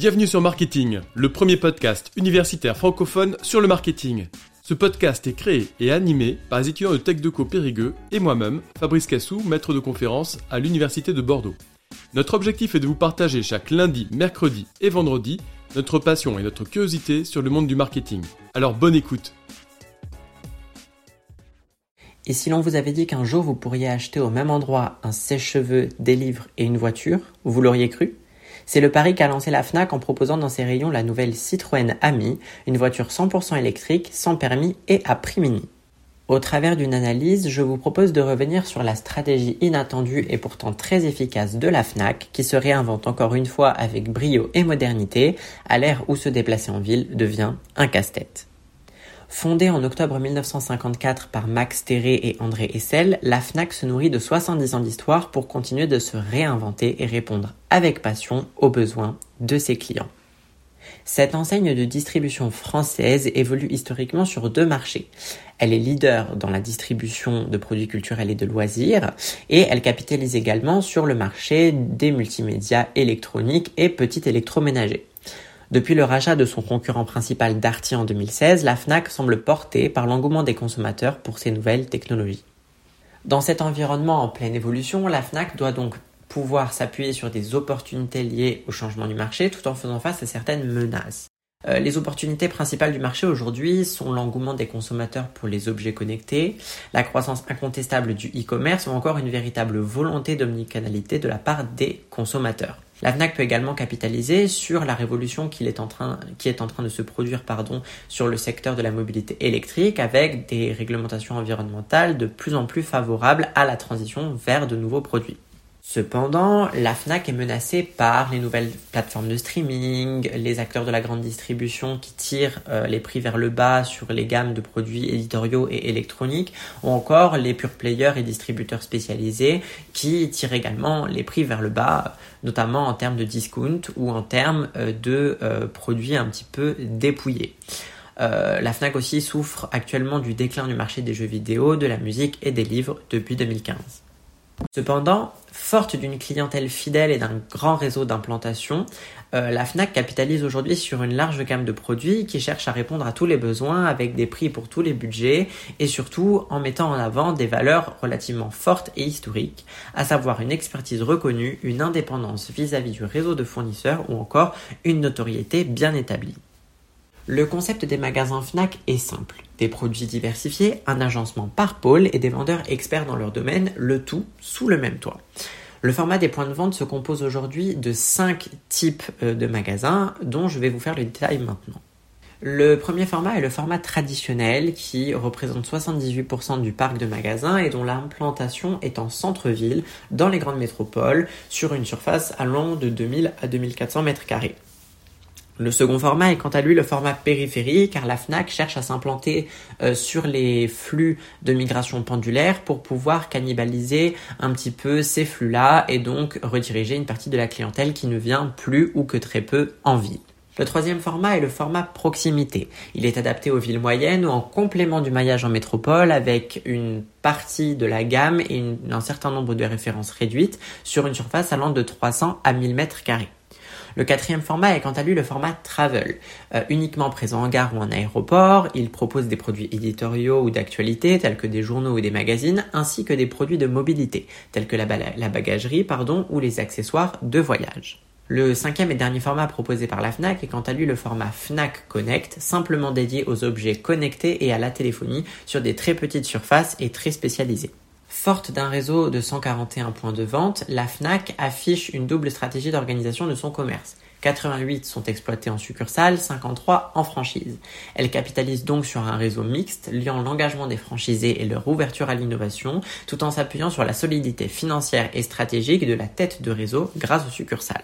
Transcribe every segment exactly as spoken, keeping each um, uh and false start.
Bienvenue sur Marketing, le premier podcast universitaire francophone sur le marketing. Ce podcast est créé et animé par les étudiants de TechDeco Périgueux et moi-même, Fabrice Cassou, maître de conférence à l'Université de Bordeaux. Notre objectif est de vous partager chaque lundi, mercredi et vendredi notre passion et notre curiosité sur le monde du marketing. Alors bonne écoute. Et si l'on vous avait dit qu'un jour vous pourriez acheter au même endroit un sèche-cheveux, des livres et une voiture, vous l'auriez cru ? C'est le pari qu'a lancé la Fnac en proposant dans ses rayons la nouvelle Citroën Ami, une voiture cent pour cent électrique, sans permis et à prix mini. Au travers d'une analyse, je vous propose de revenir sur la stratégie inattendue et pourtant très efficace de la Fnac, qui se réinvente encore une fois avec brio et modernité, à l'ère où se déplacer en ville devient un casse-tête. Fondée en octobre mille neuf cent cinquante-quatre par Max Théré et André Hessel, la Fnac se nourrit de soixante-dix ans d'histoire pour continuer de se réinventer et répondre avec passion aux besoins de ses clients. Cette enseigne de distribution française évolue historiquement sur deux marchés. Elle est leader dans la distribution de produits culturels et de loisirs et elle capitalise également sur le marché des multimédias électroniques et petits électroménagers. Depuis le rachat de son concurrent principal Darty en deux mille seize, la Fnac semble portée par l'engouement des consommateurs pour ces nouvelles technologies. Dans cet environnement en pleine évolution, la Fnac doit donc pouvoir s'appuyer sur des opportunités liées au changement du marché tout en faisant face à certaines menaces. Euh, les opportunités principales du marché aujourd'hui sont l'engouement des consommateurs pour les objets connectés, la croissance incontestable du e-commerce ou encore une véritable volonté d'omnicanalité de la part des consommateurs. La Fnac peut également capitaliser sur la révolution qui est en train, qui est en train de se produire pardon, sur le secteur de la mobilité électrique avec des réglementations environnementales de plus en plus favorables à la transition vers de nouveaux produits. Cependant, la Fnac est menacée par les nouvelles plateformes de streaming, les acteurs de la grande distribution qui tirent euh, les prix vers le bas sur les gammes de produits éditoriaux et électroniques, ou encore les pure players et distributeurs spécialisés qui tirent également les prix vers le bas, notamment en termes de discount ou en termes euh, de euh, produits un petit peu dépouillés. Euh, la Fnac aussi souffre actuellement du déclin du marché des jeux vidéo, de la musique et des livres depuis deux mille quinze. Cependant, forte d'une clientèle fidèle et d'un grand réseau d'implantation, euh, la Fnac capitalise aujourd'hui sur une large gamme de produits qui cherchent à répondre à tous les besoins avec des prix pour tous les budgets et surtout en mettant en avant des valeurs relativement fortes et historiques, à savoir une expertise reconnue, une indépendance vis-à-vis du réseau de fournisseurs ou encore une notoriété bien établie. Le concept des magasins Fnac est simple. Des produits diversifiés, un agencement par pôle et des vendeurs experts dans leur domaine, le tout sous le même toit. Le format des points de vente se compose aujourd'hui de cinq types de magasins dont je vais vous faire le détail maintenant. Le premier format est le format traditionnel qui représente soixante-dix-huit pour cent du parc de magasins et dont l'implantation est en centre-ville, dans les grandes métropoles, sur une surface allant de deux mille à deux mille quatre cents mètres carrés. Le second format est quant à lui le format périphérie car la Fnac cherche à s'implanter euh, sur les flux de migration pendulaire pour pouvoir cannibaliser un petit peu ces flux-là et donc rediriger une partie de la clientèle qui ne vient plus ou que très peu en ville. Le troisième format est le format proximité. Il est adapté aux villes moyennes ou en complément du maillage en métropole avec une partie de la gamme et une, un certain nombre de références réduites sur une surface allant de trois cents à mille mètres carrés. Le quatrième format est quant à lui le format travel. Euh, uniquement présent en gare ou en aéroport, il propose des produits éditoriaux ou d'actualité tels que des journaux ou des magazines ainsi que des produits de mobilité tels que la, ba- la bagagerie pardon, ou les accessoires de voyage. Le cinquième et dernier format proposé par la Fnac est quant à lui le format Fnac Connect, simplement dédié aux objets connectés et à la téléphonie sur des très petites surfaces et très spécialisées. Forte d'un réseau de cent quarante et un points de vente, la Fnac affiche une double stratégie d'organisation de son commerce. quatre-vingt-huit sont exploités en succursale, cinquante-trois en franchise. Elle capitalise donc sur un réseau mixte liant l'engagement des franchisés et leur ouverture à l'innovation, tout en s'appuyant sur la solidité financière et stratégique de la tête de réseau grâce aux succursales.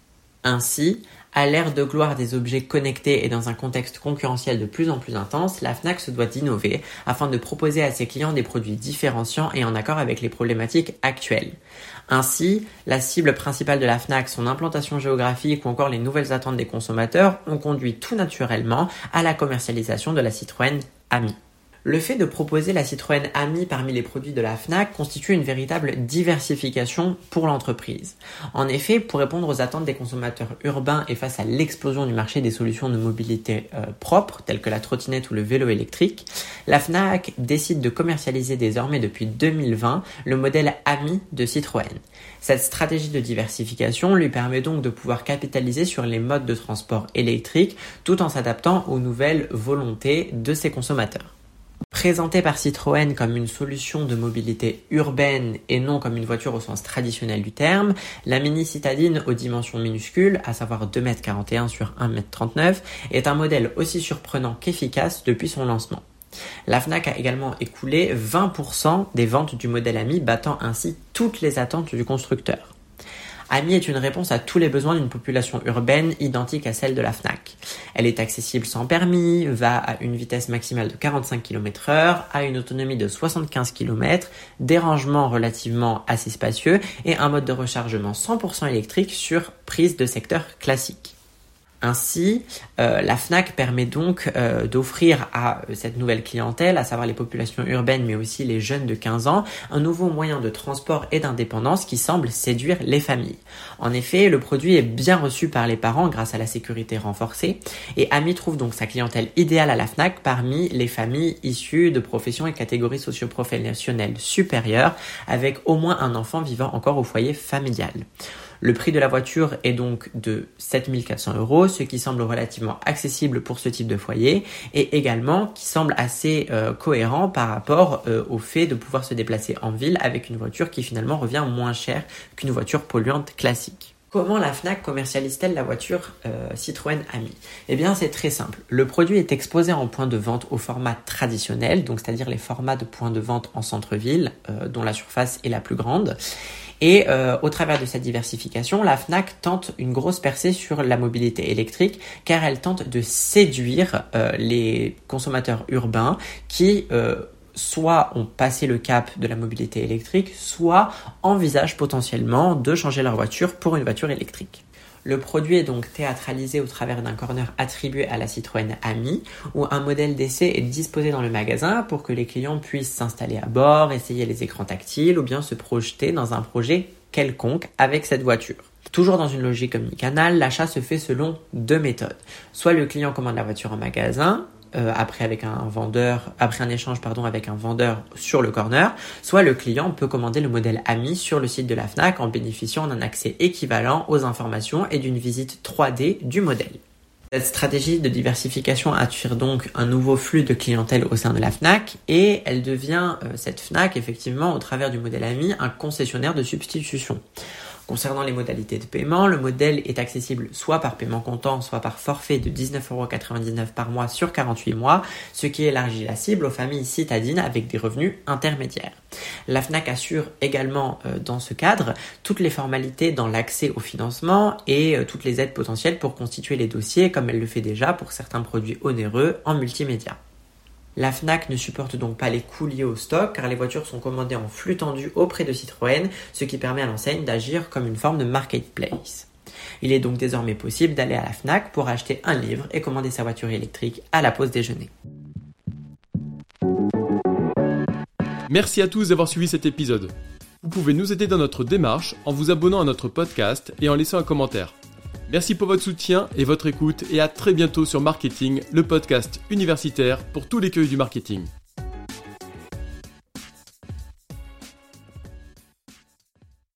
Ainsi, à l'ère de gloire des objets connectés et dans un contexte concurrentiel de plus en plus intense, la Fnac se doit d'innover afin de proposer à ses clients des produits différenciants et en accord avec les problématiques actuelles. Ainsi, la cible principale de la Fnac, son implantation géographique ou encore les nouvelles attentes des consommateurs ont conduit tout naturellement à la commercialisation de la Citroën Ami. Le fait de proposer la Citroën Ami parmi les produits de la Fnac constitue une véritable diversification pour l'entreprise. En effet, pour répondre aux attentes des consommateurs urbains et face à l'explosion du marché des solutions de mobilité euh, propres, telles que la trottinette ou le vélo électrique, la Fnac décide de commercialiser désormais depuis deux mille vingt le modèle Ami de Citroën. Cette stratégie de diversification lui permet donc de pouvoir capitaliser sur les modes de transport électriques tout en s'adaptant aux nouvelles volontés de ses consommateurs. Présentée par Citroën comme une solution de mobilité urbaine et non comme une voiture au sens traditionnel du terme, la Mini citadine aux dimensions minuscules, à savoir deux mètres quarante et un sur un mètre trente-neuf, est un modèle aussi surprenant qu'efficace depuis son lancement. La Fnac a également écoulé vingt pour cent des ventes du modèle Ami, battant ainsi toutes les attentes du constructeur. Ami est une réponse à tous les besoins d'une population urbaine identique à celle de la Fnac. Elle est accessible sans permis, va à une vitesse maximale de quarante-cinq kilomètres heure, a une autonomie de soixante-quinze kilomètres, des rangements relativement assez spacieux et un mode de rechargement cent pour cent électrique sur prise de secteur classique. Ainsi, euh, la Fnac permet donc euh, d'offrir à euh, cette nouvelle clientèle, à savoir les populations urbaines mais aussi les jeunes de quinze ans, un nouveau moyen de transport et d'indépendance qui semble séduire les familles. En effet, le produit est bien reçu par les parents grâce à la sécurité renforcée et Ami trouve donc sa clientèle idéale à la Fnac parmi les familles issues de professions et catégories socio-professionnelles supérieures avec au moins un enfant vivant encore au foyer familial. Le prix de la voiture est donc de sept mille quatre cents euros, ce qui semble relativement accessible pour ce type de foyer et également qui semble assez euh, cohérent par rapport euh, au fait de pouvoir se déplacer en ville avec une voiture qui finalement revient moins cher qu'une voiture polluante classique. Comment la Fnac commercialise-t-elle la voiture euh, Citroën Ami ? Eh bien, c'est très simple. Le produit est exposé en point de vente au format traditionnel, donc c'est-à-dire les formats de points de vente en centre-ville, euh, dont la surface est la plus grande. Et euh, au travers de cette diversification, la Fnac tente une grosse percée sur la mobilité électrique car elle tente de séduire euh, les consommateurs urbains qui euh, soit ont passé le cap de la mobilité électrique, soit envisagent potentiellement de changer leur voiture pour une voiture électrique. Le produit est donc théâtralisé au travers d'un corner attribué à la Citroën Ami, où un modèle d'essai est disposé dans le magasin pour que les clients puissent s'installer à bord, essayer les écrans tactiles ou bien se projeter dans un projet quelconque avec cette voiture. Toujours dans une logique omnicanale, l'achat se fait selon deux méthodes. Soit le client commande la voiture en magasin, Euh, après avec un vendeur, après un échange pardon avec un vendeur sur le corner, soit le client peut commander le modèle Ami sur le site de la Fnac en bénéficiant d'un accès équivalent aux informations et d'une visite trois D du modèle. Cette stratégie de diversification attire donc un nouveau flux de clientèle au sein de la Fnac et elle devient, euh, cette Fnac, effectivement, au travers du modèle Ami, un concessionnaire de substitution. Concernant les modalités de paiement, le modèle est accessible soit par paiement comptant, soit par forfait de dix-neuf euros quatre-vingt-dix-neuf par mois sur quarante-huit mois, ce qui élargit la cible aux familles citadines avec des revenus intermédiaires. La Fnac assure également euh, dans ce cadre toutes les formalités dans l'accès au financement et euh, toutes les aides potentielles pour constituer les dossiers comme elle le fait déjà pour certains produits onéreux en multimédia. La Fnac ne supporte donc pas les coûts liés au stock car les voitures sont commandées en flux tendu auprès de Citroën, ce qui permet à l'enseigne d'agir comme une forme de marketplace. Il est donc désormais possible d'aller à la Fnac pour acheter un livre et commander sa voiture électrique à la pause déjeuner. Merci à tous d'avoir suivi cet épisode. Vous pouvez nous aider dans notre démarche en vous abonnant à notre podcast et en laissant un commentaire. Merci pour votre soutien et votre écoute et à très bientôt sur Marketing, le podcast universitaire pour tous les curieux du marketing.